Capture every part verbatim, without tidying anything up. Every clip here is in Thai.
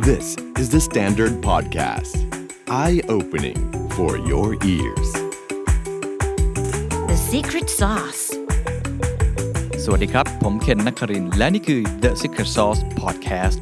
This is the Standard Podcast. Eye-opening for your ears. The Secret Sauce. สวัสดีครับผมเคนนักครินทร์และนี่คือ The Secret Sauce Podcast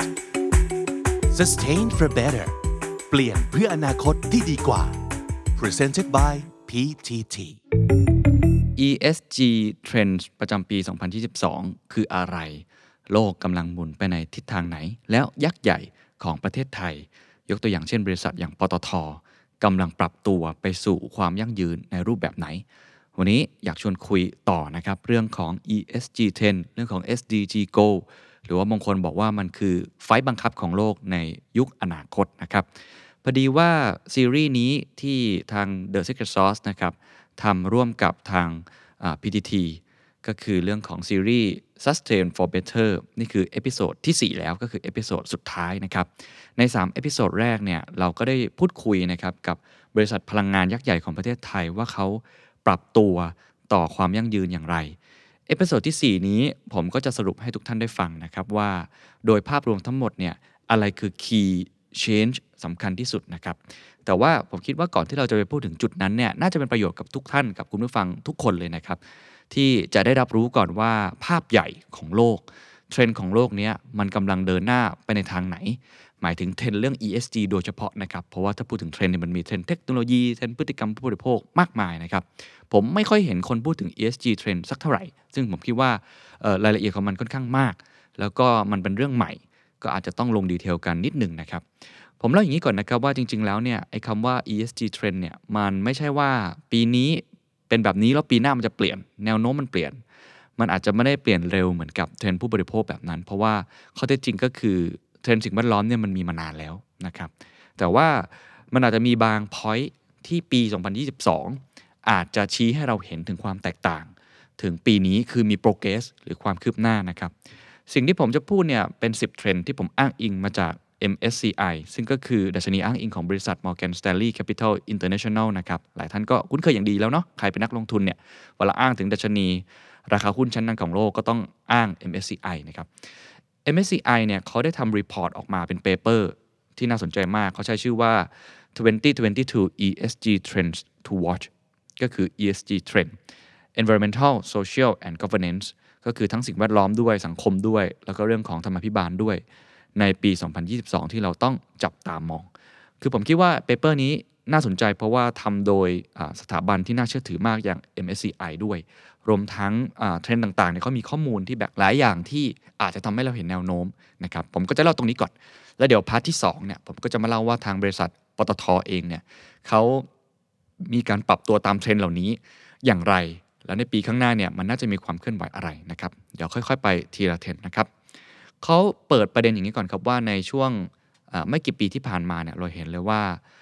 Sustain for better เปลี่ยนเพื่ออนาคตที่ดีกว่า Presented by พี ที ทีอี เอส จี Trends ประจำปี สองพันยี่สิบสอง คืออะไรโลกกำลังหมุนไปในทิศทางไหนแล้วยักษ์ใหญ่ของประเทศไทยยกตัวอย่างเช่นบริษัทอย่างปตท.กำลังปรับตัวไปสู่ความยั่งยืนในรูปแบบไหนวันนี้อยากชวนคุยต่อนะครับเรื่องของ อี เอส จี สิบ เรื่องของ เอส ดี จี Goal หรือว่าบางคนบอกว่ามันคือไฟต์บังคับของโลกในยุคอนาคตนะครับพอดีว่าซีรีส์นี้ที่ทาง The Secret Sauce นะครับทำร่วมกับทาง พี ที ที ก็คือเรื่องของซีรีส์ Sustain for Better นี่คือเอพิโซดที่สี่แล้วก็คือเอพิโซดสุดท้ายนะครับในสามเอพิโซดแรกเนี่ยเราก็ได้พูดคุยนะครับกับบริษัทพลังงานยักษ์ใหญ่ของประเทศไทยว่าเขาปรับตัวต่อความยั่งยืนอย่างไรเอพิโซดที่สี่นี้ผมก็จะสรุปให้ทุกท่านได้ฟังนะครับว่าโดยภาพรวมทั้งหมดเนี่ยอะไรคือ Key Change สำคัญที่สุดนะครับแต่ว่าผมคิดว่าก่อนที่เราจะไปพูดถึงจุดนั้นเนี่ยน่าจะเป็นประโยชน์กับทุกท่านกับคุณผู้ฟังทุกคนเลยนะครับที่จะได้รับรู้ก่อนว่าภาพใหญ่ของโลกเทรนด์ของโลกนี้มันกำลังเดินหน้าไปในทางไหนหมายถึงเทรนด์เรื่อง อี เอส จี โดยเฉพาะนะครับเพราะว่าถ้าพูดถึงเทรนด์เนี่ยมันมีเทรนด์เทคโนโลยีเทรนด์พฤติกรรมผู้บริโภคมากมายนะครับผมไม่ค่อยเห็นคนพูดถึง อี เอส จี เทรนด์สักเท่าไหร่ซึ่งผมคิดว่ารายละเอียดของมันค่อนข้างมากแล้วก็มันเป็นเรื่องใหม่ก็อาจจะต้องลงดีเทลกันนิดหนึ่งนะครับผมเล่าอย่างนี้ก่อนนะครับว่าจริงๆแล้วเนี่ยไอ้คำว่า อี เอส จี Trend เนี่ยมันไม่ใช่ว่าปีนี้เป็นแบบนี้แล้วปีหน้ามันจะเปลี่ยนแนวโน้มมันเปลี่ยนมันอาจจะไม่ได้เปลี่ยนเร็วเหมือนกับเทรนด์ผู้บริโภคแบบนั้นเพราะว่าข้อเท็จจริงก็คือเทรนด์สิ่งแวดล้อมเนี่ยมันมีมานานแล้วนะครับแต่ว่ามันอาจจะมีบาง point ที่ปี สองพันยี่สิบสอง อาจจะชี้ให้เราเห็นถึงความแตกต่างถึงปีนี้คือมี progress หรือความคืบหน้านะครับสิ่งที่ผมจะพูดเนี่ยเป็นสิบเทรนด์ที่ผมอ้างอิงมาจากเอ็ม เอส ซี ไอ ซึ่งก็คือดัชนีอ้างอิงของบริษัท Morgan Stanley Capital International นะครับหลายท่านก็คุ้นเคยอย่างดีแล้วเนาะใครเป็นนักลงทุนเนี่ยเวลาอ้างถึงดัชนีราคาหุ้นชั้นนำของโลกก็ต้องอ้าง เอ็ม เอส ซี ไอ นะครับ เอ็ม เอส ซี ไอ เนี่ยเขาได้ทำรีพอร์ตออกมาเป็นเปเปอร์ที่น่าสนใจมากเขาใช้ชื่อว่า twenty twenty-two อี เอส จี Trends to Watch ก็คือ อี เอส จี Trend Environmental Social and Governance ก็คือทั้งสิ่งแวดล้อมด้วยสังคมด้วยแล้วก็เรื่องของธรรมาภิบาลด้วยในปี สองพันยี่สิบสอง ที่เราต้องจับตามองคือผมคิดว่าเปเปอร์นี้น่าสนใจเพราะว่าทำโดยสถาบันที่น่าเชื่อถือมากอย่าง เอ็ม เอส ซี ไอ ด้วยรวมทั้งเทรนด์ต่างๆเนี่ยเขามีข้อมูลที่แบบหลายอย่างที่อาจจะทำให้เราเห็นแนวโน้มนะครับผมก็จะเล่าตรงนี้ก่อนแล้วเดี๋ยวพาร์ทที่สองเนี่ยผมก็จะมาเล่าว่าทางบริษัทปตท.เองเนี่ยเขามีการปรับตัวตามเทรนด์เหล่านี้อย่างไรแล้วในปีข้างหน้าเนี่ยมันน่าจะมีความเคลื่อนไหวอะไรนะครับเดี๋ยวค่อยๆไปทีละเทรนด์นะครับเขาเปิดประเด็นอย่างนี้ก่อนครับว่าในช่วงไม่กี่ปีที่ผ่านมาเนี่ยเราเห็นเลยว่า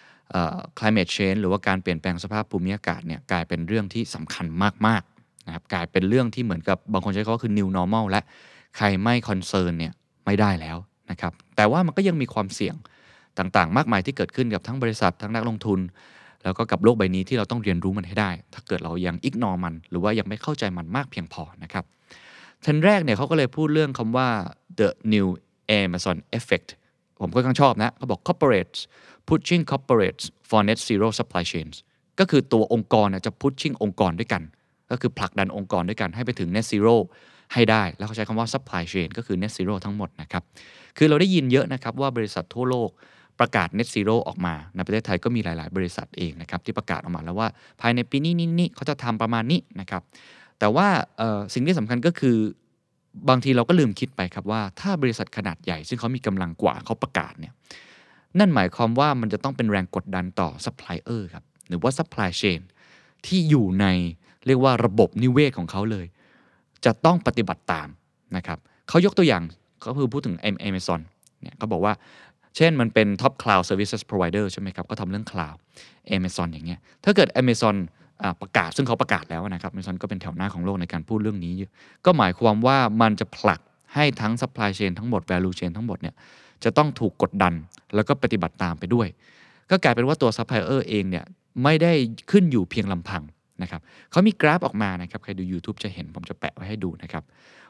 climate change หรือว่าการเปลี่ยนแปลงสภาพภูมิอากาศเนี่ยกลายเป็นเรื่องที่สำคัญมากๆนะครับกลายเป็นเรื่องที่เหมือนกับบางคนใช้คำว่าคือ new normal และใครไม่ concern เนี่ยไม่ได้แล้วนะครับแต่ว่ามันก็ยังมีความเสี่ยงต่างๆมากมายที่เกิดขึ้นกับทั้งบริษัททั้งนักลงทุนแล้วก็กับโลกใบนี้ที่เราต้องเรียนรู้มันให้ได้ถ้าเกิดเรายัง ignore มันหรือว่ายังไม่เข้าใจมันมากเพียงพอนะครับเทรนด์แรกเนี่ยเขาก็เลยพูดเรื่องคำว่า the new Amazon effect ผมก็ค่อนข้างชอบนะเขาบอก corporates pushing corporates for net zero supply chains ก็คือตัวองค์กรจะ pushing องค์กรด้วยกันก็คือผลักดันองค์กรด้วยกันให้ไปถึง net zero ให้ได้แล้วเขาใช้คำว่า supply chain ก็คือ net zero ทั้งหมดนะครับคือเราได้ยินเยอะนะครับว่าบริษัททั่วโลกประกาศ net zero ออกมาในประเทศไทยก็มีหลายๆบริษัทเองนะครับที่ประกาศออกมาแล้วว่าภายในปีนี้นี้เขาจะทำประมาณนี้นะครับแต่ว่าสิ่งที่สำคัญก็คือบางทีเราก็ลืมคิดไปครับว่าถ้าบริษัทขนาดใหญ่ซึ่งเขามีกำลังกว่าเขาประกาศเนี่ยนั่นหมายความว่ามันจะต้องเป็นแรงกดดันต่อซัพพลายเออร์ครับหรือว่าซัพพลายเชนที่อยู่ในเรียกว่าระบบนิเวศของเขาเลยจะต้องปฏิบัติตามนะครับเขายกตัวอย่างก็คือพูดถึง Amazon เนี่ยเขาบอกว่าเช่นมันเป็น Top Cloud Services Provider ใช่ไหมครับก็ทำเรื่อง Cloud Amazon อย่างเงี้ยถ้าเกิด Amazonประกาศซึ่งเขาประกาศแล้วนะครับ Amazon ก็เป็นแถวหน้าของโลกในการพูดเรื่องนี้ก็หมายความว่ามันจะผลักให้ทั้ง supply chain ทั้งหมด value chain ทั้งหมดเนี่ยจะต้องถูกกดดันแล้วก็ปฏิบัติตามไปด้วยก็กลายเป็นว่าตัว supplier เองเนี่ยไม่ได้ขึ้นอยู่เพียงลำพังนะครับเขามีกราฟออกมานะครับใครดู YouTube จะเห็นผมจะแปะไว้ให้ดูนะครับ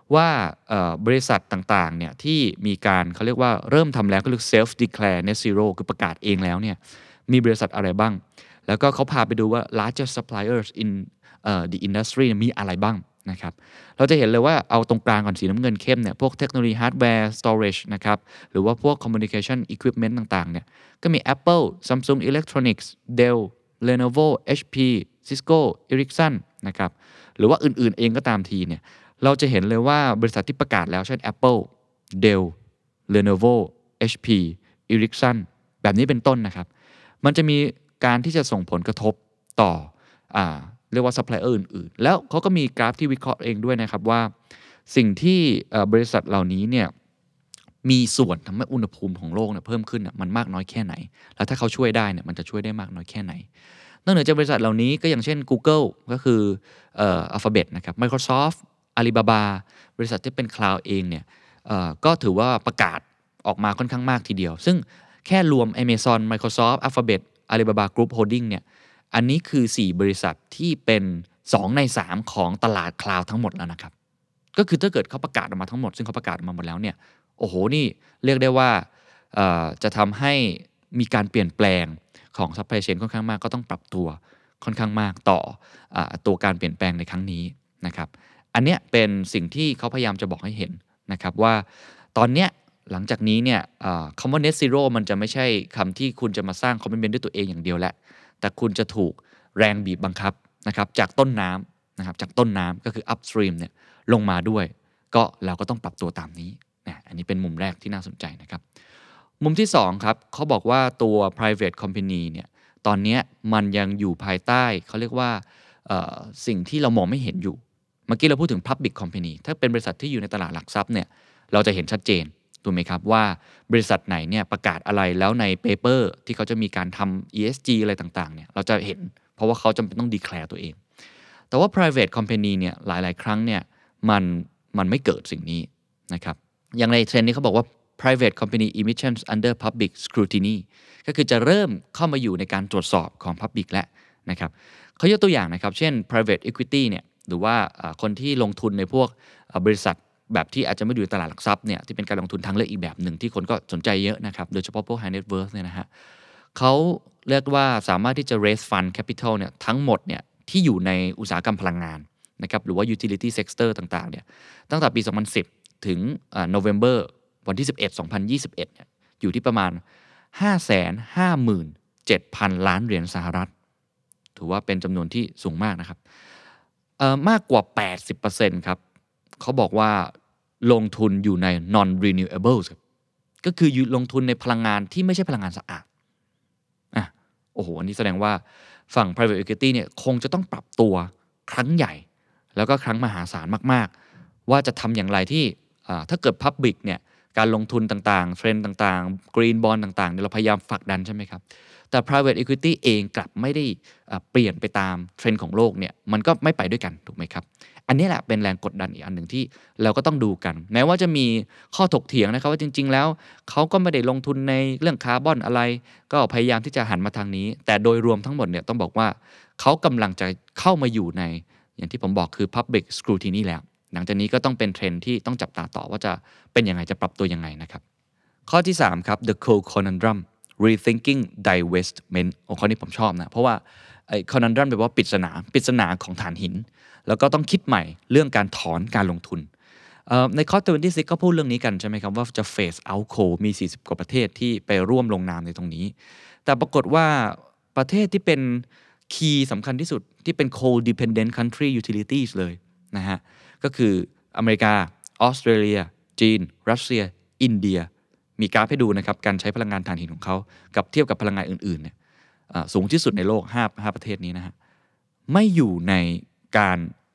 ว่าบริษัทต่างๆเนี่ยที่มีการเขาเรียกว่าเริ่มทำแล้วก็เรียก self declare net zero คือประกาศเองแล้วเนี่ยมีบริษัทอะไรบ้างแล้วก็เขาพาไปดูว่า largest suppliers in uh, the industry มีอะไรบ้างนะครับเราจะเห็นเลยว่าเอาตรงกลางก่อนสีน้ำเงินเข้มเนี่ยพวกเทคโนโลยีฮาร์ดแวร์ storage นะครับหรือว่าพวก communication equipment ต่างๆเนี่ยก็มี Apple Samsung Electronics Dell Lenovo เอช พี Cisco Ericsson นะครับหรือว่าอื่นๆเองก็ตามทีเนี่ยเราจะเห็นเลยว่าบริษัทที่ประกาศแล้วเช่น Apple Dell Lenovo เอช พี Ericsson แบบนี้เป็นต้นนะครับมันจะมีการที่จะส่งผลกระทบต่ออ่าเรียกว่าซัพพลายเออร์อื่นๆแล้วเขาก็มีกราฟที่วิเคราะห์เองด้วยนะครับว่าสิ่งที่บริษัทเหล่านี้เนี่ยมีส่วนทำให้อุณหภูมิของโลกเนี่ยเพิ่มขึ้นมันมากน้อยแค่ไหนแล้วถ้าเขาช่วยได้เนี่ยมันจะช่วยได้มากน้อยแค่ไหนนอกเหนือจากบริษัทเหล่านี้ก็อย่างเช่น Google ก็คือเอ่อ Alphabet นะครับ Microsoft Alibaba บริษัทที่เป็น Cloud เองเนี่ยเอ่อก็ถือว่าประกาศออกมาค่อนข้างมากทีเดียวซึ่งแค่รวม Amazon Microsoft Alphabet Alibaba Group Holding เนี่ยอันนี้คือสี่บริษัทที่เป็นสองในสามของตลาดคลาวด์ทั้งหมดแล้วนะครับก็คือถ้าเกิดเขาประกาศออกมาทั้งหมดซึ่งเขาประกาศออกมาหมดแล้วเนี่ยโอ้โหนี่เรียกได้ว่าจะทำให้มีการเปลี่ยนแปลงของ supply chain ค่อนข้างมากก็ต้องปรับตัวค่อนข้างมากต่อตัวการเปลี่ยนแปลงในครั้งนี้นะครับอันเนี้ยเป็นสิ่งที่เขาพยายามจะบอกให้เห็นนะครับว่าตอนเนี้ยหลังจากนี้เนี่ยคำว่า net zero มันจะไม่ใช่คำที่คุณจะมาสร้าง commitment ด้วยตัวเองอย่างเดียวแหละแต่คุณจะถูกแรงบีบบังคับนะครับจากต้นน้ำนะครับจากต้นน้ำก็คือ upstream เนี่ยลงมาด้วยก็เราก็ต้องปรับตัวตามนี้นะอันนี้เป็นมุมแรกที่น่าสนใจนะครับมุมที่สองครับเขาบอกว่าตัว private company เนี่ยตอนนี้มันยังอยู่ภายใต้เขาเรียกว่าสิ่งที่เรามองไม่เห็นอยู่เมื่อกี้เราพูดถึง public company ถ้าเป็นบริษัทที่อยู่ในตลาดหลักทรัพย์เนี่ยเราจะเห็นชัดเจนถูกไหมครับว่าบริษัทไหนเนี่ยประกาศอะไรแล้วในเปเปอร์ที่เขาจะมีการทำ อี เอส จี อะไรต่างๆเนี่ยเราจะเห็นเพราะว่าเขาจำเป็นต้อง declare ตัวเองแต่ว่า private company เนี่ยหลายๆครั้งเนี่ยมันมันไม่เกิดสิ่งนี้นะครับอย่างในเทรนด์นี้เขาบอกว่า private company emissions under public scrutiny ก็คือจะเริ่มเข้ามาอยู่ในการตรวจสอบของ public แล้วนะครับเขายกตัวอย่างนะครับเช่น private equity เนี่ยหรือว่าคนที่ลงทุนในพวกบริษัทแบบที่อาจจะไม่อยู่ในตลาดหลักทรัพย์เนี่ยที่เป็นการลงทุนทางเลือกอีกแบบหนึ่งที่คนก็สนใจเยอะนะครับโดยเฉพาะพวก high net worth เนี่ยนะฮะเขาเรียกว่าสามารถที่จะ raise fund capital เนี่ยทั้งหมดเนี่ยที่อยู่ในอุตสาหกรรมพลังงานนะครับหรือว่า utility sector ต่างๆเนี่ยตั้งแต่ปี สองพันสิบ ถึง November วันที่ สิบเอ็ด สองพันยี่สิบเอ็ดเนี่ยอยู่ที่ประมาณ ห้าแสนห้าหมื่นเจ็ดพัน ล้านเหรียญสหรัฐถือว่าเป็นจำนวนที่สูงมากนะครับเอ่อมากกว่า แปดสิบเปอร์เซ็นต์ ครับเขาบอกว่าลงทุนอยู่ใน non renewables ครับก็คือลงทุนในพลังงานที่ไม่ใช่พลังงานสะอาดอ่ะโอ้โหอันนี้แสดงว่าฝั่ง private equity เนี่ยคงจะต้องปรับตัวครั้งใหญ่แล้วก็ครั้งมหาศาลมากๆว่าจะทำอย่างไรที่ถ้าเกิด public เนี่ยการลงทุนต่างๆเทรนด์ต่างๆ green bond ต่างๆเราพยายามผลักดันใช่ไหมครับแต่ private equity เองกลับไม่ได้เปลี่ยนไปตามเทรนด์ของโลกเนี่ยมันก็ไม่ไปด้วยกันถูกไหมครับอันนี้แหละเป็นแรงกดดันอีกอันหนึ่งที่เราก็ต้องดูกันแม้ว่าจะมีข้อถกเถียงนะครับว่าจริงๆแล้วเขาก็ไม่ได้ลงทุนในเรื่องคาร์บอนอะไรก็พยายามที่จะหันมาทางนี้แต่โดยรวมทั้งหมดเนี่ยต้องบอกว่าเขากำลังจะเข้ามาอยู่ในอย่างที่ผมบอกคือ public scrutiny แล้วหลังจากนี้ก็ต้องเป็นเทรนด์ที่ต้องจับตาต่อว่าจะเป็นยังไงจะปรับตัวยังไงนะครับข้อที่สามครับ the coal conundrum rethinking divestment โอ้ข้อนี้ผมชอบนะเพราะว่าไอ้ conundrum แปลว่าปริศนาปริศนาของถ่านหินแล้วก็ต้องคิดใหม่เรื่องการถอนการลงทุนในข้อยี่สิบหกก็พูดเรื่องนี้กันใช่ไหมครับว่าจะ phase out coal มีสี่สิบกว่าประเทศที่ไปร่วมลงนามในตรงนี้แต่ปรากฏว่าประเทศที่เป็นคีย์สำคัญที่สุดที่เป็น coal dependent country utilities เลยนะฮะก็คืออเมริกาออสเตรเลียจีนรัสเซียอินเดียมีกราฟให้ดูนะครับการใช้พลังงานถ่านหินของเขากับเทียบกับพลังงานอื่นๆเนี่ยสูงที่สุดในโลกห้า ห้าประเทศนี้นะฮะไม่อยู่ในการ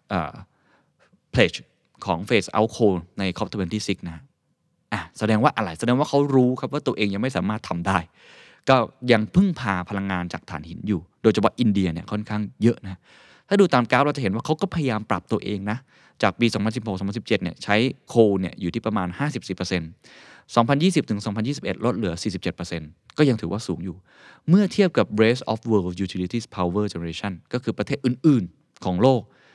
pledge ของ phase out coal ใน ซี โอ พี ยี่สิบหก นะอ่ะแสดงว่าอะไรแสดงว่าเขารู้ครับว่าตัวเองยังไม่สามารถทำได้ก็ยังพึ่งพาพลังงานจากถ่านหินอยู่โดยเฉพาะอินเดียเนี่ยค่อนข้างเยอะนะถ้าดูตามกราฟเราจะเห็นว่าเขาก็พยายามปรับตัวเองนะจากปี สองพันสิบหก สองพันสิบเจ็ด เนี่ยใช้โคลเนี่ยอยู่ที่ประมาณ ห้าสิบสี่เปอร์เซ็นต์ สองพันยี่สิบถึงสองพันยี่สิบเอ็ด ลดเหลือ สี่สิบเจ็ดเปอร์เซ็นต์ ก็ยังถือว่าสูงอยู่เมื่อเทียบกับ rest of world utilities power generation ก็คือประเทศอื่นๆของโลก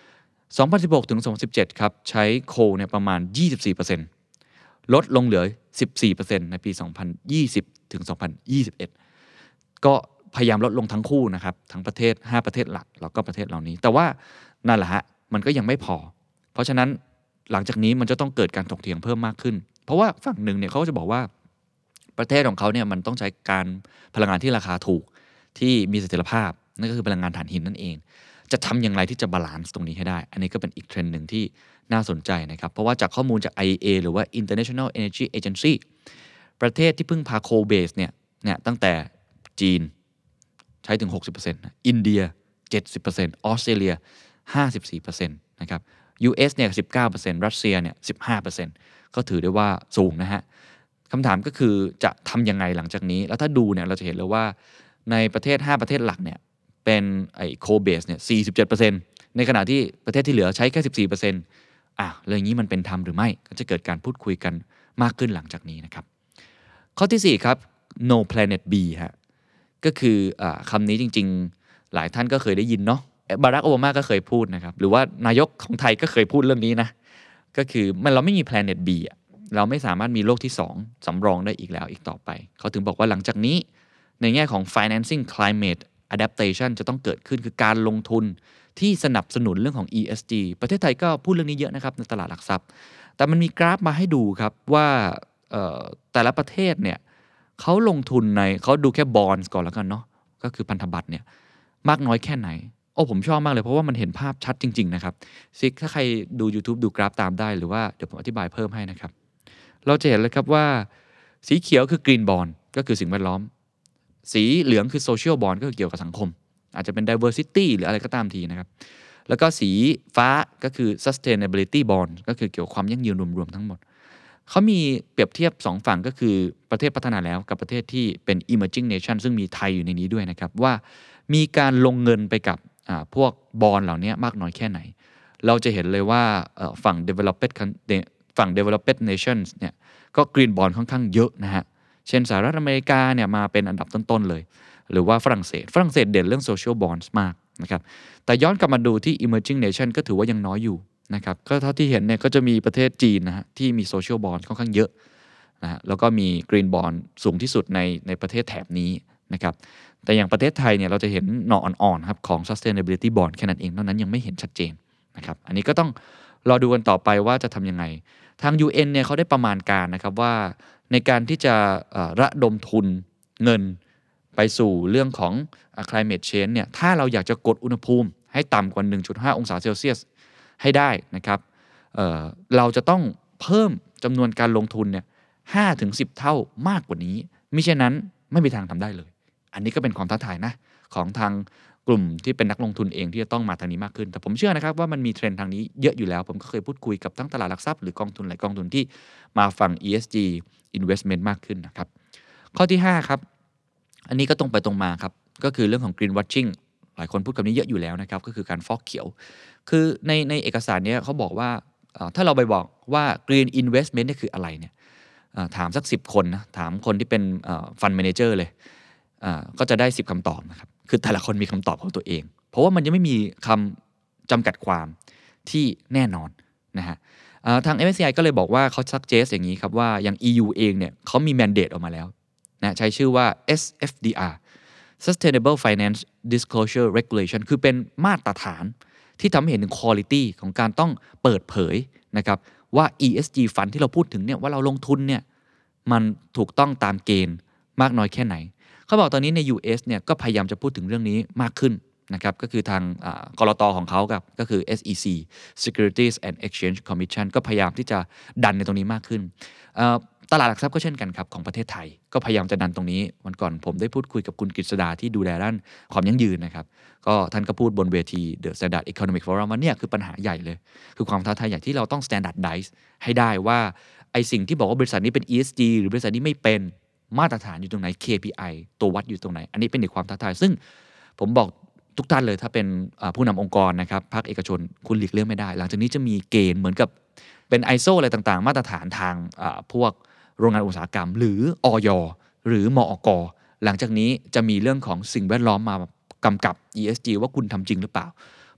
สองพันสิบหกถึงสองพันสิบเจ็ดครับใช้โคลเนี่ยประมาณ ยี่สิบสี่เปอร์เซ็นต์ ลดลงเหลือ สิบสี่เปอร์เซ็นต์ ในปี สองพันยี่สิบถึงสองพันยี่สิบเอ็ด ก็พยายามลดลงทั้งคู่นะครับทั้งประเทศห้าประเทศหลักแล้วก็ประเทศเหล่านี้แต่ว่านั่นแหละฮะมันก็ยังไม่พอเพราะฉะนั้นหลังจากนี้มันจะต้องเกิดการถกเถียงเพิ่มมากขึ้นเพราะว่าฝั่งหนึ่งเนี่ยเขาจะบอกว่าประเทศของเขาเนี่ยมันต้องใช้การพลังงานที่ราคาถูกที่มีเสถียรภาพนั่นก็คือพลังงานถ่านหินนั่นเองจะทำอย่างไรที่จะบาลานซ์ตรงนี้ให้ได้อันนี้ก็เป็นอีกเทรนด์หนึ่งที่น่าสนใจนะครับเพราะว่าจากข้อมูลจาก ไอ อี เอ หรือว่า International Energy Agency ประเทศที่พึ่งพาโคลเบสเนี่ยเนี่ยตั้งแต่จีนใช้ถึง หกสิบเปอร์เซ็นต์ นะอินเดีย เจ็ดสิบเปอร์เซ็นต์ ออสเตรเลีย ห้าสิบสี่เปอร์เซ็นต์ นะครับ ยู เอส เนี่ย สิบเก้าเปอร์เซ็นต์ รัสเซียเนี่ย สิบห้าเปอร์เซ็นต์ ก็ถือได้ว่าสูงนะฮะคำถามก็คือจะทำยังไงหลังจากนี้แล้วถ้าดูเนี่ยเราจะเห็นเลยว่าในประเทศห้าประเทศหลักเนี่ยเป็นไอ้โคเบสเนี่ย สี่สิบเจ็ดเปอร์เซ็นต์ ในขณะที่ประเทศที่เหลือใช้แค่ สิบสี่เปอร์เซ็นต์ อ่ะเรื่องนี้มันเป็นธรรมหรือไม่ก็จะเกิดการพูดคุยกันมากขึ้นหลังจากนี้นะครับข้อที่สี่ครับ no planet B ฮะก็คืออ่าคำนี้จริงๆหลายท่านก็เคยได้ยินเนาะบารักโอบามาก็เคยพูดนะครับหรือว่านายกของไทยก็เคยพูดเรื่องนี้นะก็คือมันเราไม่มี planet B อ่ะเราไม่สามารถมีโลกที่สองสำรองได้อีกแล้วอีกต่อไปเขาถึงบอกว่าหลังจากนี้ในแง่ของ financing climate adaptation จะต้องเกิดขึ้นคือการลงทุนที่สนับสนุนเรื่องของ อี เอส จี ประเทศไทยก็พูดเรื่องนี้เยอะนะครับในตลาดหลักทรัพย์แต่มันมีกราฟมาให้ดูครับว่าแต่ละประเทศเนี่ยเขาลงทุนในเขาดูแค่บอนด์ก่อนแล้วกันเนาะก็คือพันธบัตรเนี่ยมากน้อยแค่ไหนโอ้ผมชอบมากเลยเพราะว่ามันเห็นภาพชัดจริงๆนะครับซิถ้าใครดู YouTube ดูกราฟตามได้หรือว่าเดี๋ยวผมอธิบายเพิ่มให้นะครับเราจะเห็นเลยครับว่าสีเขียวคือ Green Bond ก็คือสิ่งแวดล้อมสีเหลืองคือ Social Bond ก็คือเกี่ยวกับสังคมอาจจะเป็น diversity หรืออะไรก็ตามทีนะครับแล้วก็สีฟ้าก็คือ sustainability bond ก็คือเกี่ยวกับความยั่งยืนรวมๆทั้งหมดเขามีเปรียบเทียบสองฝั่งก็คือประเทศพัฒนาแล้วกับประเทศที่เป็น emerging nation ซึ่งมีไทยอยู่ในนี้ด้วยนะครับว่ามีการลงเงินไปกับพวกบอนด์เหล่านี้มากน้อยแค่ไหนเราจะเห็นเลยว่าฝั่ง developed ฝั่ง developed nations เนี่ยก็ green bond ค่อนข้างเยอะนะฮะเช่นสหรัฐอเมริกาเนี่ยมาเป็นอันดับต้นๆเลยหรือว่าฝรั่งเศสฝรั่งเศสเด่นเรื่อง social bonds มากนะครับแต่ย้อนกลับมาดูที่ emerging nation ก็ถือว่ายังน้อยอยู่นะครับก็เท่าที่เห็นเนี่ยก็จะมีประเทศจีนนะฮะที่มี social bond ค่อนข้างเยอะนะฮะแล้วก็มี green bond สูงที่สุดในในประเทศแถบนี้นะครับแต่อย่างประเทศไทยเนี่ยเราจะเห็นหน่ออ่อนๆครับของ sustainability bond แค่นั้นเองเท่านั้นยังไม่เห็นชัดเจนนะครับอันนี้ก็ต้องรอดูกันต่อไปว่าจะทำยังไงทาง ยู เอ็น เนี่ยเขาได้ประมาณการนะครับว่าในการที่จะระดมทุนเงินไปสู่เรื่องของ climate change เนี่ยถ้าเราอยากจะกดอุณหภูมิให้ต่ำกว่า หนึ่งจุดห้า องศาเซลเซียสให้ได้นะครับ เอ่อ เราจะต้องเพิ่มจำนวนการลงทุนเนี่ย ห้าถึงสิบ เท่ามากกว่านี้มิฉะนั้นไม่มีทางทำได้เลยอันนี้ก็เป็นความท้าทายนะของทางกลุ่มที่เป็นนักลงทุนเองที่จะต้องมาทางนี้มากขึ้นแต่ผมเชื่อนะครับว่ามันมีเทรนด์ทางนี้เยอะอยู่แล้วผมก็เคยพูดคุยกับทั้งตลาดหลักทรัพย์หรือกองทุนหลายกองทุนที่มาฟัง อี เอส จี investment มากขึ้นนะครับข้อที่ห้าครับอันนี้ก็ตรงไปตรงมาครับก็คือเรื่องของ green washing หลายคนพูดคำนี้เยอะอยู่แล้วนะครับก็คือการฟอกเขียวคือในในเอกสารนี้เขาบอกว่าถ้าเราไปบอกว่า green investment นี่คืออะไรเนี่ยถามสักสิบคนนะถามคนที่เป็น fund manager เลยก็จะได้สิบคำตอบนะครับคือแต่ละคนมีคำตอบของตัวเองเพราะว่ามันยังไม่มีคำจำกัดความที่แน่นอนนะฮะทาง เอ็ม เอส ซี ไอ ก็เลยบอกว่าเขา suggest อย่างนี้ครับว่าอย่าง อี ยู เองเนี่ยเขามี mandate ออกมาแล้วนะใช้ชื่อว่า เอส เอฟ ดี อาร์ Sustainable Finance Disclosure Regulation คือเป็นมาตรฐานที่ทำให้เห็นถึง quality ของการต้องเปิดเผยนะครับว่า อี เอส จี Fund ที่เราพูดถึงเนี่ยว่าเราลงทุนเนี่ยมันถูกต้องตามเกณฑ์มากน้อยแค่ไหนเขาบอกตอนนี้ใน ยู เอส เนี่ยก็พยายามจะพูดถึงเรื่องนี้มากขึ้นนะครับก็คือทางกลต.ของเขากับก็คือ เอส อี ซี Securities and Exchange Commission ก็พยายามที่จะดันในตรงนี้มากขึ้นตลาดหลักทรัพย์ก็เช่นกันครับของประเทศไทยก็พยายามจะดันตรงนี้วันก่อนผมได้พูดคุยกับคุณกฤษดาที่ดูแลด้านความยั่งยืนนะครับก็ท่านก็พูดบนเวที The Standard Economic Forum ว่าเนี่ยคือปัญหาใหญ่เลยคือความท้าทายใหญ่ที่เราต้อง standardize ให้ได้ว่าไอสิ่งที่บอกว่าบริษัทนี้เป็น อี เอส จี หรือบริษัทนี้ไม่เป็นมาตรฐานอยู่ตรงไหน เค พี ไอ ตัววัดอยู่ตรงไหนอันนี้เป็นอีกความท้าทายซึ่งผมบอกทุกท่านเลยถ้าเป็นผู้นำองค์กรนะครับภาคเอกชนคุณหลีกเลี่ยงไม่ได้หลังจากนี้จะมีเกณฑ์เหมือนกับเป็น ไอ เอส โอ อะไรต่างๆมาตรฐานทางพวกโรงงานอุตสาหกรรมหรืออย.หรือมอก.หลังจากนี้จะมีเรื่องของสิ่งแวดล้อมมากำกับ อี เอส จี ว่าคุณทำจริงหรือเปล่า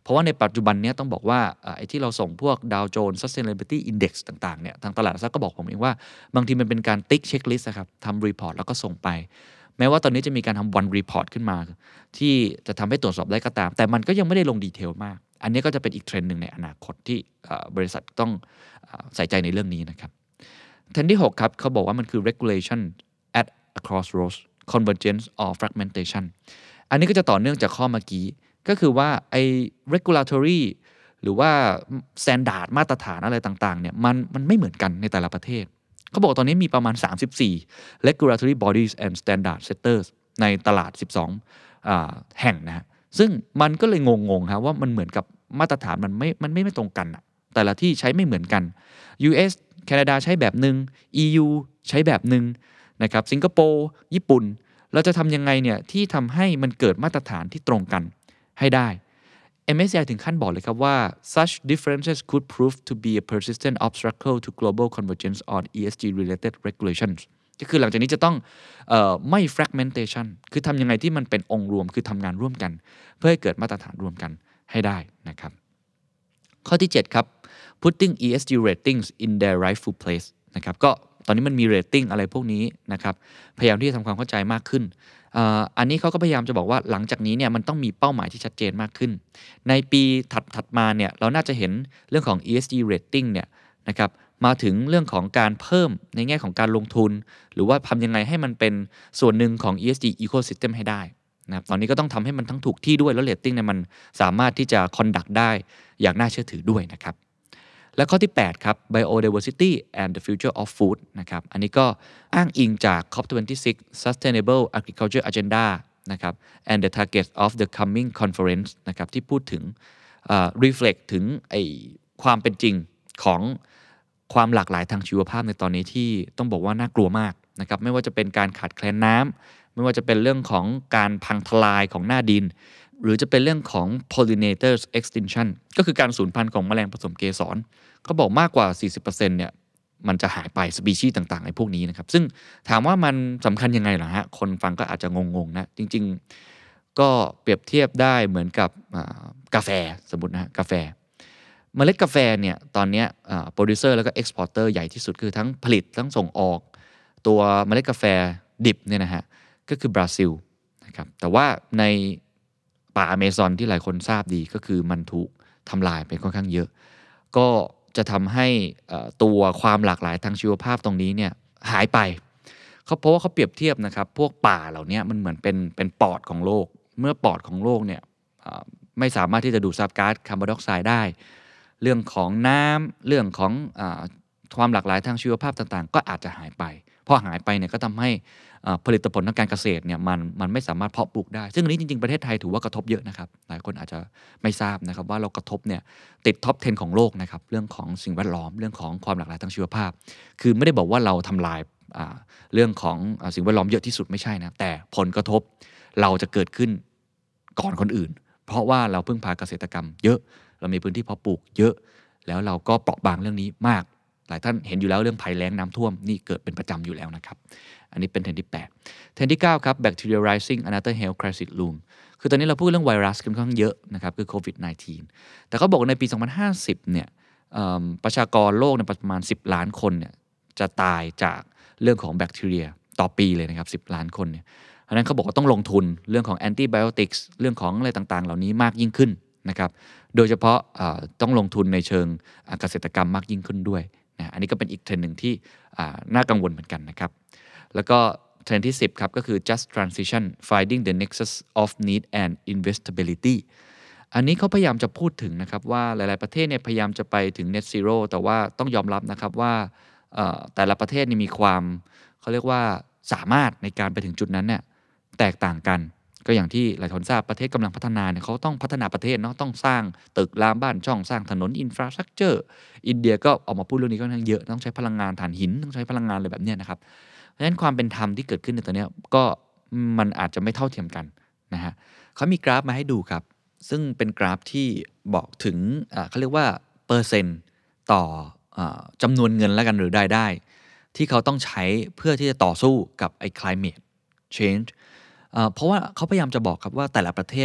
เพราะว่าในปัจจุบันนี้ต้องบอกว่าไอ้ที่เราส่งพวก Dow Jones Sustainability Index ต่างๆเนี่ยทางตลาดหลักทรัพย์ก็บอกผมเองว่าบางทีมันเป็นการติ๊กเช็คลิสต์ครับทำรีพอร์ตแล้วก็ส่งไปแม้ว่าตอนนี้จะมีการทำ one report ขึ้นมาที่จะทำให้ตรวจสอบได้ก็ตามแต่มันก็ยังไม่ได้ลงดีเทลมากอันนี้ก็จะเป็นอีกเทรนด์หนึ่งในอนาคตที่บริษัทต้องใส่ใจในเรื่องนี้นะครับเทรนด์ที่หกครับเขาบอกว่ามันคือ regulation at a crossroads convergence or fragmentation อันนี้ก็จะต่อเนื่องจากข้อเมื่อกี้ก็คือว่าไอ้ regulatory หรือว่า standard มาตรฐานอะไรต่างๆเนี่ยมันมันไม่เหมือนกันในแต่ละประเทศเขาบอกตอนนี้มีประมาณสามสิบสี่ regulatory bodies and standard setters ในตลาดสิบสองอ่าแห่งนะฮะซึ่งมันก็เลยงงๆครับว่ามันเหมือนกับมาตรฐานมันไม่มันไม่ไม่ตรงกันอะแต่ละที่ใช้ไม่เหมือนกัน ยู เอส แคนาดาใช้แบบนึง อี ยู ใช้แบบนึงนะครับสิงคโปร์ญี่ปุ่นเราจะทำยังไงเนี่ยที่ทำให้มันเกิดมาตรฐานที่ตรงกันให้ได้ เอ็ม เอส ซี ไอ ถึงขั้นบอกเลยครับว่า such differences could prove to be a persistent obstacle to global convergence on อี เอส จี related regulations ก็คือหลังจากนี้จะต้องเอ่อไม่ fragmentation คือทำยังไงที่มันเป็นองค์รวมคือทำงานร่วมกันเพื่อให้เกิดมาตรฐานร่วมกันให้ได้นะครับข้อที่เจ็ดครับ putting อี เอส จี ratings in their rightful place นะครับก็ตอนนี้มันมี rating อะไรพวกนี้นะครับพยายามที่จะทำความเข้าใจมากขึ้น อ่า อันนี้เขาก็พยายามจะบอกว่าหลังจากนี้เนี่ยมันต้องมีเป้าหมายที่ชัดเจนมากขึ้นในปีถัดๆมาเนี่ยเราน่าจะเห็นเรื่องของ อี เอส จี rating เนี่ยนะครับมาถึงเรื่องของการเพิ่มในแง่ของการลงทุนหรือว่าทำยังไงให้มันเป็นส่วนหนึ่งของ อี เอส จี ecosystem ให้ได้นะครับตอนนี้ก็ต้องทำให้มันทั้งถูกที่ด้วยแล้ว rating เนี่ยมันสามารถที่จะ conduct ได้อย่างน่าเชื่อถือด้วยนะครับและข้อที่แปดครับ biodiversity and the future of food นะครับอันนี้ก็อ้างอิงจาก ซี โอ พี ยี่สิบหก Sustainable Agriculture Agenda นะครับ and the targets of the coming conference นะครับที่พูดถึง uh, reflect ถึงไอ้ความเป็นจริงของความหลากหลายทางชีวภาพในตอนนี้ที่ต้องบอกว่าน่ากลัวมากนะครับไม่ว่าจะเป็นการขาดแคลนน้ำไม่ว่าจะเป็นเรื่องของการพังทลายของหน้าดินหรือจะเป็นเรื่องของ pollinators extinction ก็คือการสูญพันธุ์ของแมลงผสมเกสรเขาบอกมากกว่า สี่สิบเปอร์เซ็นต์ เนี่ยมันจะหายไปสปีชีส์ต่างๆในพวกนี้นะครับซึ่งถามว่ามันสำคัญยังไงเหรอฮะคนฟังก็อาจจะงงๆนะจริงๆก็เปรียบเทียบได้เหมือนกับกาแฟสมมุตินะฮะกาแฟเมล็ดกาแฟเนี่ยตอนนี้โปรดิวเซอร์แล้วก็เอ็กซ์พอร์เตอร์ใหญ่ที่สุดคือทั้งผลิตทั้งส่งออกตัวเมล็ดกาแฟดิบเนี่ยนะฮะก็คือบราซิลนะครับแต่ว่าในป่าอเมซอนที่หลายคนทราบดีก็คือมันถูกทำลายไปค่อนข้างเยอะก็จะทำให้ตัวความหลากหลายทางชีวภาพตรงนี้เนี่ยหายไปเขาเพราะว่าเขาเปรียบเทียบนะครับพวกป่าเหล่านี้มันเหมือนเป็นเป็นปอดของโลกเมื่อปอดของโลกเนี่ยไม่สามารถที่จะดูดซับก๊าซคาร์บอนไดออกไซด์ได้เรื่องของน้ำเรื่องของอ่าความหลากหลายทางชีวภาพต่างๆก็อาจจะหายไปพอหายไปเนี่ยก็ทำให้ผลิตผลทางการเกษตรเนี่ยมันมันไม่สามารถเพาะปลูกได้ซึ่งอันนี้จริงๆประเทศไทยถือว่ากระทบเยอะนะครับหลายคนอาจจะไม่ทราบนะครับว่าเรากระทบเนี่ยติดท็อปสิบของโลกนะครับเรื่องของสิ่งแวดล้อมเรื่องของความหลากหลายทางชีวภาพคือไม่ได้บอกว่าเราทำลายเรื่องของสิ่งแวดล้อมเยอะที่สุดไม่ใช่นะแต่ผลกระทบเราจะเกิดขึ้นก่อนคนอื่นเพราะว่าเราพึ่งพาเกษตรกรรมเยอะเรามีพื้นที่เพาะปลูกเยอะแล้วเราก็เปราะบางเรื่องนี้มากหลายท่านเห็นอยู่แล้วเรื่องภัยแล้งน้ำท่วมนี่เกิดเป็นประจำอยู่แล้วนะครับอันนี้เป็นเทรนด์ที่แปดเทรนด์ที่เก้าครับ bacteria rising another health crisis loom คือตอนนี้เราพูดเรื่องไวรัสค่อนข้างเยอะนะครับคือโควิด สิบเก้า แต่เขาบอกในปีสองพันห้าสิบเนี่ยประชากรโลกในประมาณสิบล้านคนเนี่ยจะตายจากเรื่องของแบคทีเรียต่อปีเลยนะครับสิบล้านคนเนี่ยเพราะนั้นเขาบอกว่าต้องลงทุนเรื่องของ antibiotics เรื่องของอะไรต่างๆเหล่านี้มากยิ่งขึ้นนะครับโดยเฉพาะต้องลงทุนในเชิงเกษตรกรรมมากยิ่งขึ้นด้วยนะอันนี้ก็เป็นอีกเทรนด์หนึ่งที่น่ากังวลเหมือนกันนะครับแล้วก็เทรนด์ที่สิบครับก็คือ just transition finding the nexus of need and investability อันนี้เขาพยายามจะพูดถึงนะครับว่าหลายๆประเทศเนี่ยพยายามจะไปถึง net zero แต่ว่าต้องยอมรับนะครับว่าแต่ละประเทศนี่มีความเขาเรียกว่าสามารถในการไปถึงจุดนั้นเนี่ยแตกต่างกันก็อย่างที่หลายคนทราบประเทศกำลังพัฒนาเนี่ยเขาต้องพัฒนาประเทศเนาะต้องสร้างตึกรามบ้านช่องสร้างถนนอินฟราสตรัคเจอร์อินเดียก็ออกมาพูดเรื่องนี้ค่อนข้างเยอะต้องใช้พลังงานถ่านหินต้องใช้พลังงานอะไรแบบนี้นะครับเพราะฉะนั้นความเป็นธรรมที่เกิดขึ้นในตัวนี้ก็มันอาจจะไม่เท่าเทียมกันนะฮะเขามีกราฟมาให้ดูครับซึ่งเป็นกราฟที่บอกถึงเขาเรียกว่าเปอร์เซ็นต์ต่อจำนวนเงินแล้วกันหรือรายได้ที่เขาต้องใช้เพื่อที่จะต่อสู้กับไอ้ climate change เพราะว่าเขาพยายามจะบอกครับว่าแต่ละประเทศเนี่ย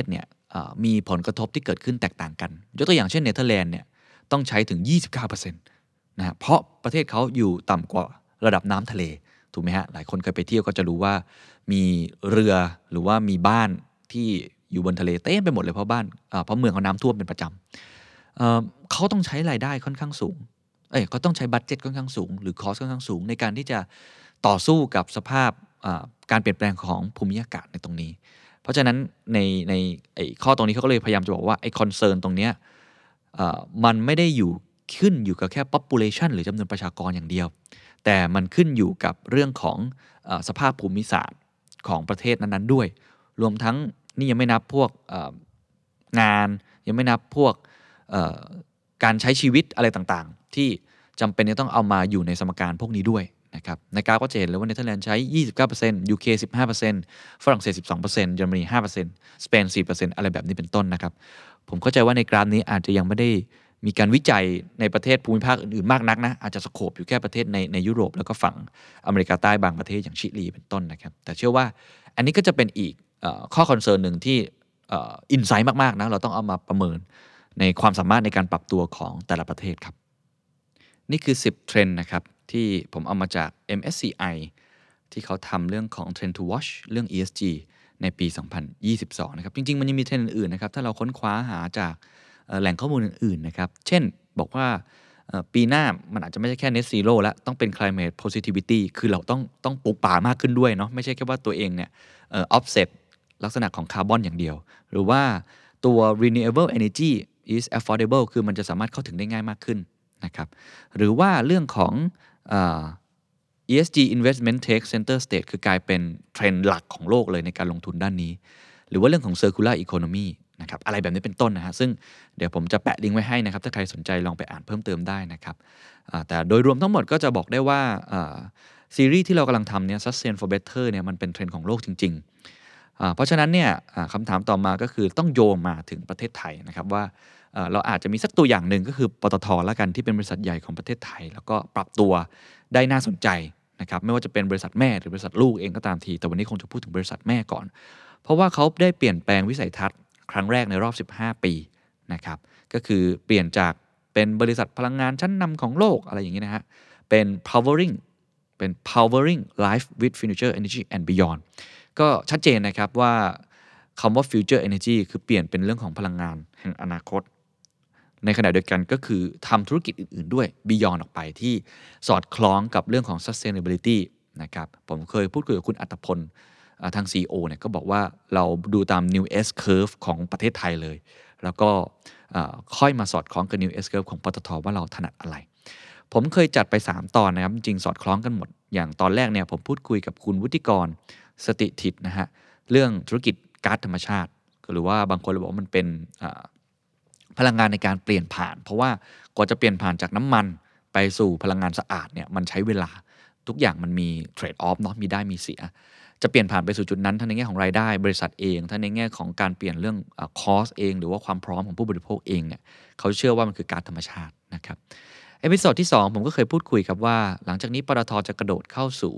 มีผลกระทบที่เกิดขึ้นแตกต่างกันยกตัวอย่างเช่นเนเธอร์แลนด์เนี่ยต้องใช้ถึง ยี่สิบเก้าเปอร์เซ็นต์ นะฮะเพราะประเทศเขาอยู่ต่ำกว่าระดับน้ำทะเลถูกไหมฮะหลายคนเคยไปเที่ยวก็จะรู้ว่ามีเรือหรือว่ามีบ้านที่อยู่บนทะเลเต็มไปหมดเลยเพราะบ้านเพราะเมืองเขาน้ำท่วมเป็นประจำ เ, เขาต้องใช้รายได้ค่อนข้างสูงเอ้ยเขาต้องใช้บัดเจ็ตค่อนข้างสูงหรือคอสค่อนข้างสูงในการที่จะต่อสู้กับสภาพการเปลี่ยนแปลงของภูมิอากาศในตรงนี้เพราะฉะนั้นในในไอ้ข้อตรงนี้เขาก็เลยพยายามจะบอกว่าไอ้คอนเซิร์นตรงเนี้ยมันไม่ได้อยู่ขึ้นอยู่กับแค่ population หรือจำนวนประชากรอย่างเดียวแต่มันขึ้นอยู่กับเรื่องของเอ่อสภาพภูมิศาสตร์ของประเทศนั้นๆด้วยรวมทั้งนี่ยังไม่นับพวกงานยังไม่นับพวกการใช้ชีวิตอะไรต่างๆที่จำเป็นจะต้องเอามาอยู่ในสมการพวกนี้ด้วยนะครับในกราฟก็จะเห็นเลยว่าเนเธอร์แลนด์ใช้ ยี่สิบเก้าเปอร์เซ็นต์ ยู เค สิบห้าเปอร์เซ็นต์ ฝรั่งเศส สิบสองเปอร์เซ็นต์ เยอรมนี ห้าเปอร์เซ็นต์ สเปน สี่เปอร์เซ็นต์ อะไรแบบนี้เป็นต้นนะครับผมเข้าใจว่าในกราฟนี้อาจจะยังไม่ได้มีการวิจัยในประเทศภูมิภาคอื่นๆมากนักนะอาจจะสโคปอยู่แค่ประเทศในในยุโรปแล้วก็ฝั่งอเมริกาใต้บางประเทศอย่างชิลีเป็นต้นนะครับแต่เชื่อว่าอันนี้ก็จะเป็นอีกข้อคอนเซิร์นหนึ่งที่อินไซต์มากๆนะเราต้องเอามาประเมินในความสามารถในการปรับตัวของแต่ละประเทศครับนี่คือสิบเทรนด์นะครับที่ผมเอามาจาก เอ็ม เอส ซี ไอ ที่เขาทำเรื่องของ Trend to Watch เรื่อง อี เอส จี ในปี สองพันยี่สิบสอง นะครับจริงๆมันยังมีเทรนด์อื่นๆนะครับถ้าเราค้นคว้าหาจากแหล่งข้อมูลอื่นๆนะครับเช่นบอกว่าปีหน้ามันอาจจะไม่ใช่แค่ Net Zero แล้วต้องเป็น Climate Positivity คือเราต้องต้องปลูกป่ามากขึ้นด้วยเนาะไม่ใช่แค่ว่าตัวเองเนี่ยเอ่อ offset ลักษณะของคาร์บอนอย่างเดียวหรือว่าตัว renewable energy is affordable คือมันจะสามารถเข้าถึงได้ง่ายมากขึ้นนะครับหรือว่าเรื่องของเอ่อ อี เอส จี investment take center stage คือกลายเป็นเทรนด์หลักของโลกเลยในการลงทุนด้านนี้หรือว่าเรื่องของ circular economy นะครับอะไรแบบนี้เป็นต้นนะฮะซึ่งเดี๋ยวผมจะแปะลิงก์ไว้ให้นะครับถ้าใครสนใจลองไปอ่านเพิ่มเติมได้นะครับแต่โดยรวมทั้งหมดก็จะบอกได้ว่าซีรีส์ที่เรากำลังทำเนี่ย Sustain for Better เนี่ยมันเป็นเทรนด์ของโลกจริงๆเพราะฉะนั้นเนี่ยคำถามต่อมาก็คือต้องโยงมาถึงประเทศไทยนะครับว่าเราอาจจะมีสักตัวอย่างหนึ่งก็คือปตท.ละกันที่เป็นบริษัทใหญ่ของประเทศไทยแล้วก็ปรับตัวได้น่าสนใจนะครับไม่ว่าจะเป็นบริษัทแม่หรือบริษัทลูกเองก็ตามทีแต่วันนี้คงจะพูดถึงบริษัทแม่ก่อนเพราะว่าเขาได้เปลี่ยนแปลงวิสัยทัศน์ครั้งแรกในรอบสิบห้าปีนะครับก็คือเปลี่ยนจากเป็นบริษัทพลังงานชั้นนำของโลกอะไรอย่างนี้นะฮะเป็น powering เป็น powering life with future energy and beyond ก็ชัดเจนนะครับว่าคำว่า future energy คือเปลี่ยนเป็นเรื่องของพลังงานแห่งอนาคตในขณะเดียวกันก็คือทำธุรกิจอื่นๆด้วย beyond ออกไปที่สอดคล้องกับเรื่องของ sustainability นะครับผมเคยพูดคุยกับคุณอัตพลทาง ซี อี โอ เนี่ยก็บอกว่าเราดูตาม New S Curve ของประเทศไทยเลยแล้วก็ค่อยมาสอดคล้องกับ New S Curve ของปตท.ว่าเราถนัดอะไรผมเคยจัดไปสามตอนนะครับจริงๆสอดคล้องกันหมดอย่างตอนแรกเนี่ยผมพูดคุยกับคุณวุฒิกรสติทิศนะฮะเรื่องธุรกิจก๊าซธรรมชาติหรือว่าบางคนเลยบอกว่ามันเป็นพลังงานในการเปลี่ยนผ่านเพราะว่ากว่าจะเปลี่ยนผ่านจากน้ำมันไปสู่พลังงานสะอาดเนี่ยมันใช้เวลาทุกอย่างมันมีเทรดออฟเนาะมีได้มีเสียจะเปลี่ยนผ่านไปสู่จุดนั้นทั้งในแง่ของรายได้บริษัทเองทั้งในแง่ของการเปลี่ยนเรื่องคอสเองหรือว่าความพร้อมของผู้บริโภคเองเนี่ยเขาเชื่อว่ามันคือก๊าซธรรมชาตินะครับเอพิโซดที่สองผมก็เคยพูดคุยครับว่าหลังจากนี้ปตท.จะกระโดดเข้าสู่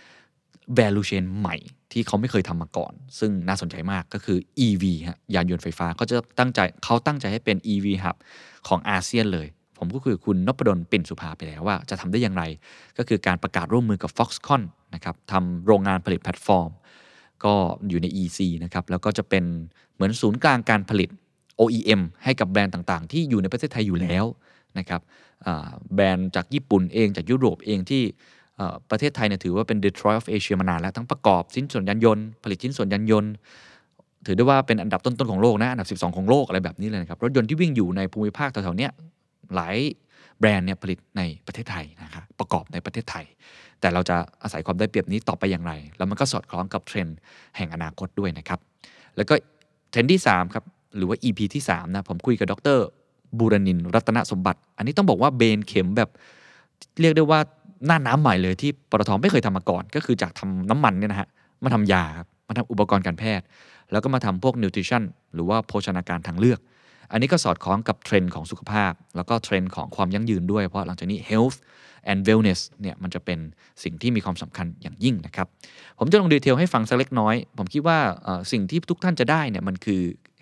value chain ใหม่ที่เขาไม่เคยทำมาก่อนซึ่งน่าสนใจมากก็คือ อี วี ฮะยานยนต์ไฟฟ้าเขาจะตั้งใจเขาตั้งใจให้เป็น อี วี Hub ของอาเซียนเลยผมก็คุยกับคุณนพดลปิ่นสุภาไปแล้วว่าจะทำได้อย่างไรก็คือการประกาศร่วมมือกับ Foxconn นะครับทำโรงงานผลิตแพลตฟอร์มก็อยู่ใน อี ซี นะครับแล้วก็จะเป็นเหมือนศูนย์กลางการผลิต โอ อี เอ็ม ให้กับแบรนด์ต่างๆที่อยู่ในประเทศไทยอยู่แล้วนะครับแบรนด์จากญี่ปุ่นเองจากยุโรปเองที่ประเทศไทยเนี่ยถือว่าเป็น Detroit of Asia มานานแล้วทั้งประกอบชิ้นส่วนยานยนต์ผลิตชิ้นส่วนยานยนต์ถือได้ว่าเป็นอันดับต้นๆของโลกนะอันดับสิบสองของโลกอะไรแบบนี้เลยนะครับรถยนต์ที่วิ่งอยู่ในภูมิภาคแถวๆเนี้ยหลายแบรนด์เนี่ยผลิตในประเทศไทยนะครับประกอบในประเทศไทยแต่เราจะอาศัยความได้เปรียบนี้ต่อไปอย่างไรแล้วมันก็สอดคล้องกับเทรนด์แห่งอนาคตด้วยนะครับแล้วก็เทรนด์ที่สามครับหรือว่า อี พี ที่สามนะผมคุยกับดร.บูรณินทร์รัตนสมบัติอันนี้ต้องบอกว่าเบนเข็มแบบเรียกได้ว่าหน้าน้ำใหม่เลยที่ปตท.ไม่เคยทำมาก่อนก็คือจากทำน้ำมันเนี่ยนะฮะมาทำยาครับมาทำอุปกรณ์การแพทย์แล้วก็มาทำพวกนิวทริชั่นหรือว่าโภชนาการทางเลือกอันนี้ก็สอดคล้องกับเทรนด์ของสุขภาพแล้วก็เทรนด์ของความยั่งยืนด้วยเพราะหลังจากนี้ health and wellness เนี่ยมันจะเป็นสิ่งที่มีความสำคัญอย่างยิ่งนะครับผมจะลงดีเทลให้ฟังสักเล็กน้อยผมคิดว่าสิ่งที่ทุกท่านจะได้เนี่ยมันคือ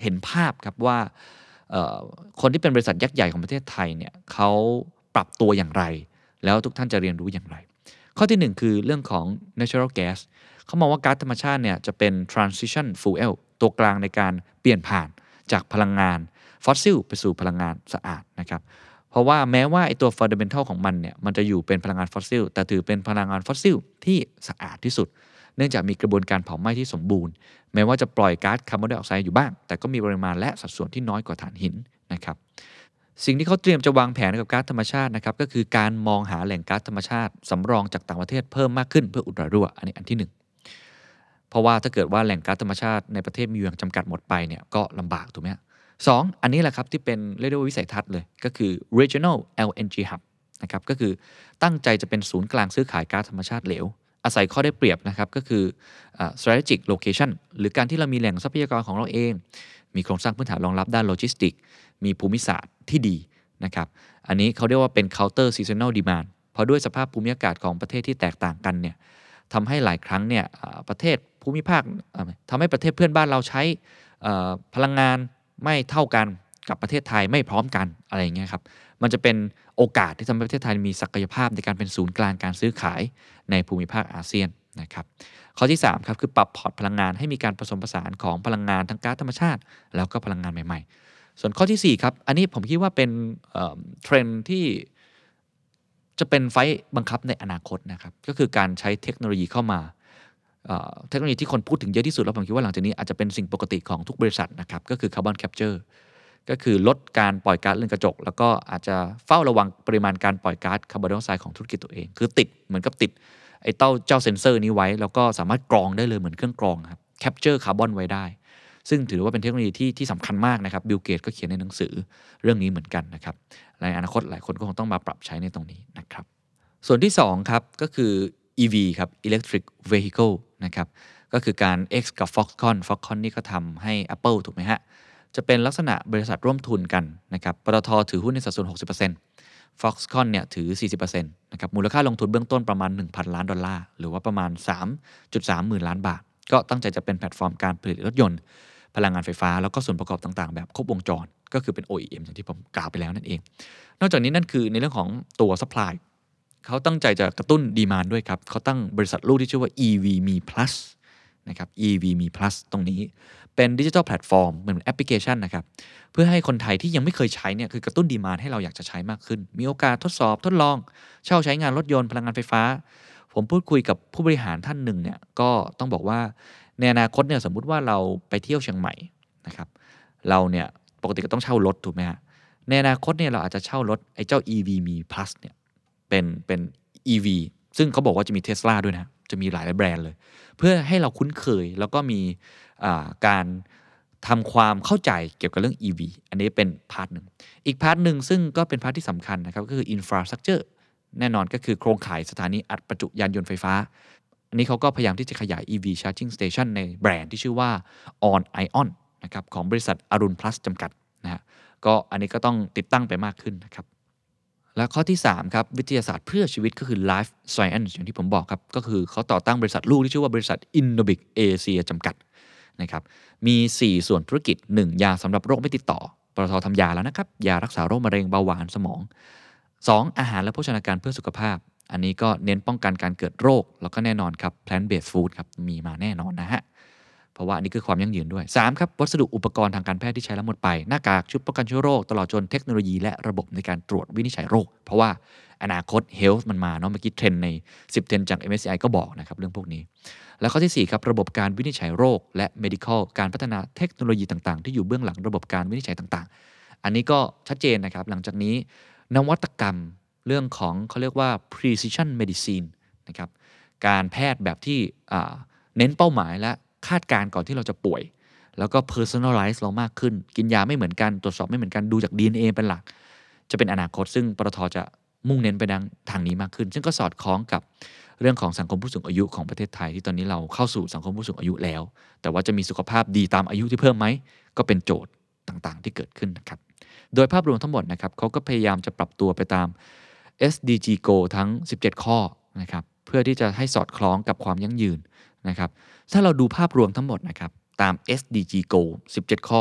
เห็นภาพครับว่าคนที่เป็นบริษัทยักษ์ใหญ่ของประเทศไทยเนี่ยเขาปรับตัวอย่างไรแล้วทุกท่านจะเรียนรู้อย่างไรข้อที่หนึ่งคือเรื่องของ natural gas เขามองว่าก๊าซธรรมชาติเนี่ยจะเป็น transition fuel ตัวกลางในการเปลี่ยนผ่านจากพลังงานฟอสซิลไปสู่พลังงานสะอาดนะครับเพราะว่าแม้ว่าไอ้ตัว fundamental ของมันเนี่ยมันจะอยู่เป็นพลังงานฟอสซิลแต่ถือเป็นพลังงานฟอสซิลที่สะอาดที่สุดเนื่องจากมีกระบวนการเผาไหม้ที่สมบูรณ์แม้ว่าจะปล่อยก๊าซคาร์บอนไดออกไซด์อยู่บ้างแต่ก็มีปริมาณและสัดส่วนที่น้อยกว่าถ่านหินนะครับสิ่งที่เขาเตรียมจะวางแผนกับก๊าซธรรมชาตินะครับก็คือการมองหาแหล่งก๊าซธรรมชาติสำรองจากต่างประเทศเพิ่มมากขึ้นเพื่ออุดรั่วอันนี้อันที่หนึ่งเพราะว่าถ้าเกิดว่าแหล่งก๊าซธรรมชาติในประเทศมีอย่างจำกัดหมดไปเนี่ยก็ลำบากถูกไหมสองอันนี้แหละครับที่เป็นเรียกได้ว่าวิสัยทัศน์เลยก็คือ regional แอล เอ็น จี hub นะครับก็คือตั้งใจจะเป็นศูนย์กลางซื้อขายก๊าซธรรมชาติเหลวอาศัยข้อได้เปรียบนะครับก็คือ uh, strategic location หรือการที่เรามีแหล่งทรัพยากรของเราเองมีโครงสร้างพื้นฐานรองรับด้านโลจิสติกมีภูมิศาสตร์ที่ดีนะครับอันนี้เขาเรียกว่าเป็น counter seasonal demand เพราะด้วยสภาพภูมิอากาศของประเทศที่แตกต่างกันเนี่ยทำให้หลายครั้งเนี่ยประเทศภูมิภาคทำให้ประเทศเพื่อนบ้านเราใช้พลังงานไม่เท่ากันกับประเทศไทยไม่พร้อมกันอะไรอย่างเงี้ยครับมันจะเป็นโอกาสที่ทำให้ประเทศไทยมีศักยภาพในการเป็นศูนย์กลางการซื้อขายในภูมิภาคอาเซียนนะครับข้อที่สามครับคือปรับพอร์ตพลังงานให้มีการผสมผสานของพลังงานทั้งก๊าซธรรมชาติแล้วก็พลังงานใหม่ๆส่วนข้อที่สี่ครับอันนี้ผมคิดว่าเป็นเทรนด์ที่จะเป็นไฟบังคับในอนาคตนะครับก็คือการใช้เทคโนโลยีเข้ามาเทคโนโลยีที่คนพูดถึงเยอะที่สุดแล้วผมคิดว่าหลังจากนี้อาจจะเป็นสิ่งปกติของทุกบริษัทนะครับก็คือคาร์บอนแคปเจอร์ก็คือลดการปล่อยก๊าซเรือนกระจกแล้วก็อาจจะเฝ้าระวังปริมาณการปล่อยก๊าซคาร์บอนไดออกไซด์ของธุรกิจตัวเองคือติดเหมือนกับติดไอ้เต้าเจ้าเซ็นเซอร์นี้ไว้แล้วก็สามารถกรองได้เลยเหมือนเครื่องกรองครับแคปเจอร์คาร์บอนไว้ได้ซึ่งถือว่าเป็นเทคโนโลยีที่ที่สำคัญมากนะครับบิลเกตก็เขียนในหนังสือเรื่องนี้เหมือนกันนะครับในอนาคตหลายคนก็คงต้องมาปรับใช้ในตรงนี้นะครับส่วนที่สองครับก็คือ อี วี ครับ Electric Vehicle นะครับก็คือการ X กับ Foxconn Foxconn นี่ก็ทำให้ Apple ถูกไหมฮะจะเป็นลักษณะบริษัทร่วมทุนกันนะครับปตท.ถือหุ้นในสัดส่วน หกสิบเปอร์เซ็นต์ Foxconn เนี่ยถือ สี่สิบเปอร์เซ็นต์ นะครับมูลค่าลงทุนเบื้องต้นประมาณ หนึ่งพัน ล้านดอลลาร์หรือว่าประมาณ สามจุดสาม หมื่นล้านบาทก็ตั้งใจจะเป็นแพลตฟอร์มการผลิตรถยนต์พลังงานไฟฟ้าแล้วก็ส่วนประกอบต่างๆแบบครบวงจรก็คือเป็น โอ อี เอ็ม อย่างที่ผมกล่าวไปแล้วนั่นเองนอกจากนี้นั่นคือในเรื่องของตัว supply เขาตั้งใจจะกระตุ้นดีมานด์ด้วยครับเขาตั้งบริษัทลูกที่ชื่อว่า อี วี มี Plus นะครับ อี วี มี Plus ตรงนี้เป็นดิจิทัลแพลตฟอร์มเหมือนแอปพลิเคชันนะครับเพื่อให้คนไทยที่ยังไม่เคยใช้เนี่ยคือกระตุ้นดีมานด์ให้เราอยากจะใช้มากขึ้นมีโอกาสทดสอบทดลองเช่าใช้งานรถยนต์พลังงานไฟฟ้าผมพูดคุยกับผู้บริหารท่านหนึ่งเนี่ยก็ต้องบอกว่าในอนาคตเนี่ยสมมุติว่าเราไปเที่ยวเชียงใหม่นะครับเราเนี่ยปกติก็ต้องเช่ารถถูกไหมฮะในอนาคตเนี่ยเราอาจจะเช่ารถไอ้เจ้า อี วี มี Plus เนี่ยเป็นเป็น อี วี ซึ่งเขาบอกว่าจะมี Tesla ด้วยนะจะมีหลายแบรนด์เลยเพื่อให้เราคุ้นเคยแล้วก็มีการทำความเข้าใจเกี่ยวกับเรื่อง อี วี อันนี้เป็นพาร์ทหนึ่งอีกพาร์ทหนึ่งซึ่งก็เป็นพาร์ทที่สำคัญนะครับก็คือ Infrastructure แน่นอนก็คือโครงข่ายสถานีอัดประจุยานยนต์ไฟฟ้าอันนี้เขาก็พยายามที่จะขยาย อี วี Charging Station ในแบรนด์ที่ชื่อว่า On Ion นะครับของบริษัทอรุณ Plus จำกัดนะฮะก็อันนี้ก็ต้องติดตั้งไปมากขึ้นนะครับและข้อที่สามครับวิทยาศาสตร์เพื่อชีวิตก็คือ Life Science อย่างที่ผมบอกครับก็คือเขาต่อตั้งบริษัทลูกที่ชื่อว่าบริษัท Innobic Asia จำกัดนะครับมีสี่ส่วนธุรกิจหนึ่งยาสำหรับโรคไม่ติดต่อปตท.ทำยาแล้วนะครับยารักษาโรคมะเร็งเบาหวานสมองสองอาหารและโภชนาการเพื่อสุขภาพอันนี้ก็เน้นป้องกันการเกิดโรคแล้วก็แน่นอนครับ plant based food ครับมีมาแน่นอนนะฮะเพราะว่าอันนี้คือความยั่งยืนด้วยสามครับวัสดุอุปกรณ์ทางการแพทย์ที่ใช้แล้วหมดไปหน้ากากชุดป้องกันเชื้อโรคตลอดจนเทคโนโลยีและระบบในการตรวจวินิจฉัยโรคเพราะว่าอนาคต health มันมาเนาะเมื่อกี้เทรนด์ในสิบเทรนด์จาก เอ็ม เอส ซี ไอ ก็บอกนะครับเรื่องพวกนี้แล้วข้อที่สี่ครับระบบการวินิจฉัยโรคและ medical การพัฒนาเทคโนโลยีต่างๆที่อยู่เบื้องหลังระบบการวินิจฉัยต่างๆอันนี้ก็ชัดเจนนะครับหลังจากนี้นวัตกรรมเรื่องของเขาเรียกว่า precision medicine นะครับการแพทย์แบบที่เน้นเป้าหมายและคาดการณ์ก่อนที่เราจะป่วยแล้วก็ personalize เรามากขึ้นกินยาไม่เหมือนกันตรวจสอบไม่เหมือนกันดูจาก ดี เอ็น เอ เป็นหลักจะเป็นอนาคตซึ่งปตท.จะมุ่งเน้นไปทางนี้มากขึ้นซึ่งก็สอดคล้องกับเรื่องของสังคมผู้สูงอายุของประเทศไทยที่ตอนนี้เราเข้าสู่สังคมผู้สูงอายุแล้วแต่ว่าจะมีสุขภาพดีตามอายุที่เพิ่มไหมก็เป็นโจทย์ต่างๆที่เกิดขึ้นนะครับโดยภาพรวมทั้งหมดนะครับเขาก็พยายามจะปรับตัวไปตาม เอส ดี จี Goal ทั้งสิบเจ็ดข้อนะครับเพื่อที่จะให้สอดคล้องกับความยั่งยืนนะครับถ้าเราดูภาพรวมทั้งหมดนะครับตาม เอส ดี จี Goal สิบเจ็ดข้อ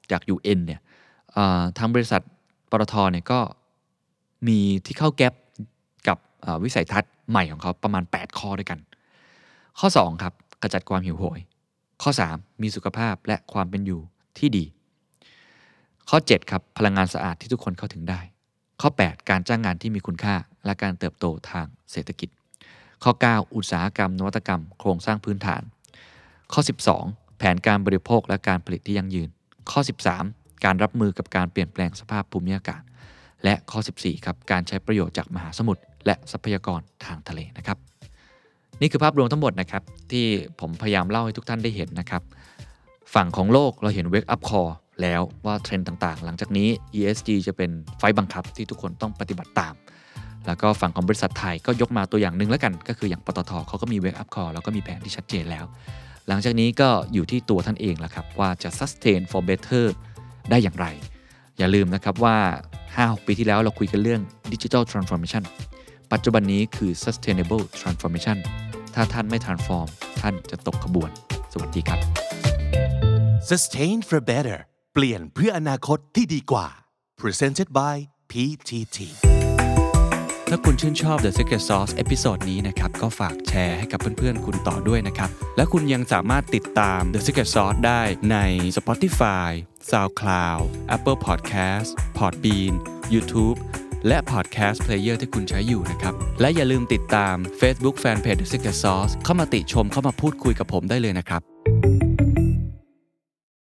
จาก ยู เอ็น เนี่ยทางบริษัทปตท.เนี่ยก็มีที่เข้าแก๊ปกับวิสัยทัศน์ใหม่ของเขาประมาณแปดข้อด้วยกันข้อสองครับกำจัดความหิวโหยข้อสามมีสุขภาพและความเป็นอยู่ที่ดีข้อเจ็ดครับพลังงานสะอาดที่ทุกคนเข้าถึงได้ข้อแปดการจ้างงานที่มีคุณค่าและการเติบโตทางเศรษฐกิจข้อเก้าอุตสาหกรรมนวัตกรรมโครงสร้างพื้นฐานข้อสิบสองแผนการบริโภคและการผลิตที่ยั่งยืนข้อสิบสามการรับมือกับการเปลี่ยนแปลงสภาพภูมิอากาศและข้อสิบสี่ครับการใช้ประโยชน์จากมหาสมุทรและทรัพยากรทางทะเลนะครับนี่คือภาพรวมทั้งหมดนะครับที่ผมพยายามเล่าให้ทุกท่านได้เห็นนะครับฝั่งของโลกเราเห็น Wake Up Call แล้วว่าเทรนด์ต่างๆหลังจากนี้ อี เอส จี จะเป็นไฟบังคับที่ทุกคนต้องปฏิบัติตามแล้วก็ฝั่งของบริษัทไทยก็ยกมาตัวอย่างหนึ่งแล้วกันก็คืออย่างปตท.เขาก็มี Wake Up Call แล้วก็มีแผนที่ชัดเจนแล้วหลังจากนี้ก็อยู่ที่ตัวท่านเองแหละครับว่าจะ sustain for better ได้อย่างไรอย่าลืมนะครับว่า ห้าหก ปีที่แล้วเราคุยกันเรื่อง digital transformation ปัจจุบันนี้คือ sustainable transformation ถ้าท่านไม่ transform ท่านจะตกขบวนสวัสดีครับ Sustain for better เปลี่ยนเพื่ออนาคตที่ดีกว่า Presented by พี ที ทีถ้าคุณชื่นชอบ The Secret Sauce เอพิโซดนี้นะครับก็ฝากแชร์ให้กับเพื่อนๆคุณต่อด้วยนะครับและคุณยังสามารถติดตาม The Secret Sauce ได้ใน Spotify, SoundCloud, Apple Podcast, Podbean, YouTube และ Podcast Player ที่คุณใช้อยู่นะครับและอย่าลืมติดตาม Facebook Fanpage The Secret Sauce เข้ามาติชมเข้ามาพูดคุยกับผมได้เลยนะครับ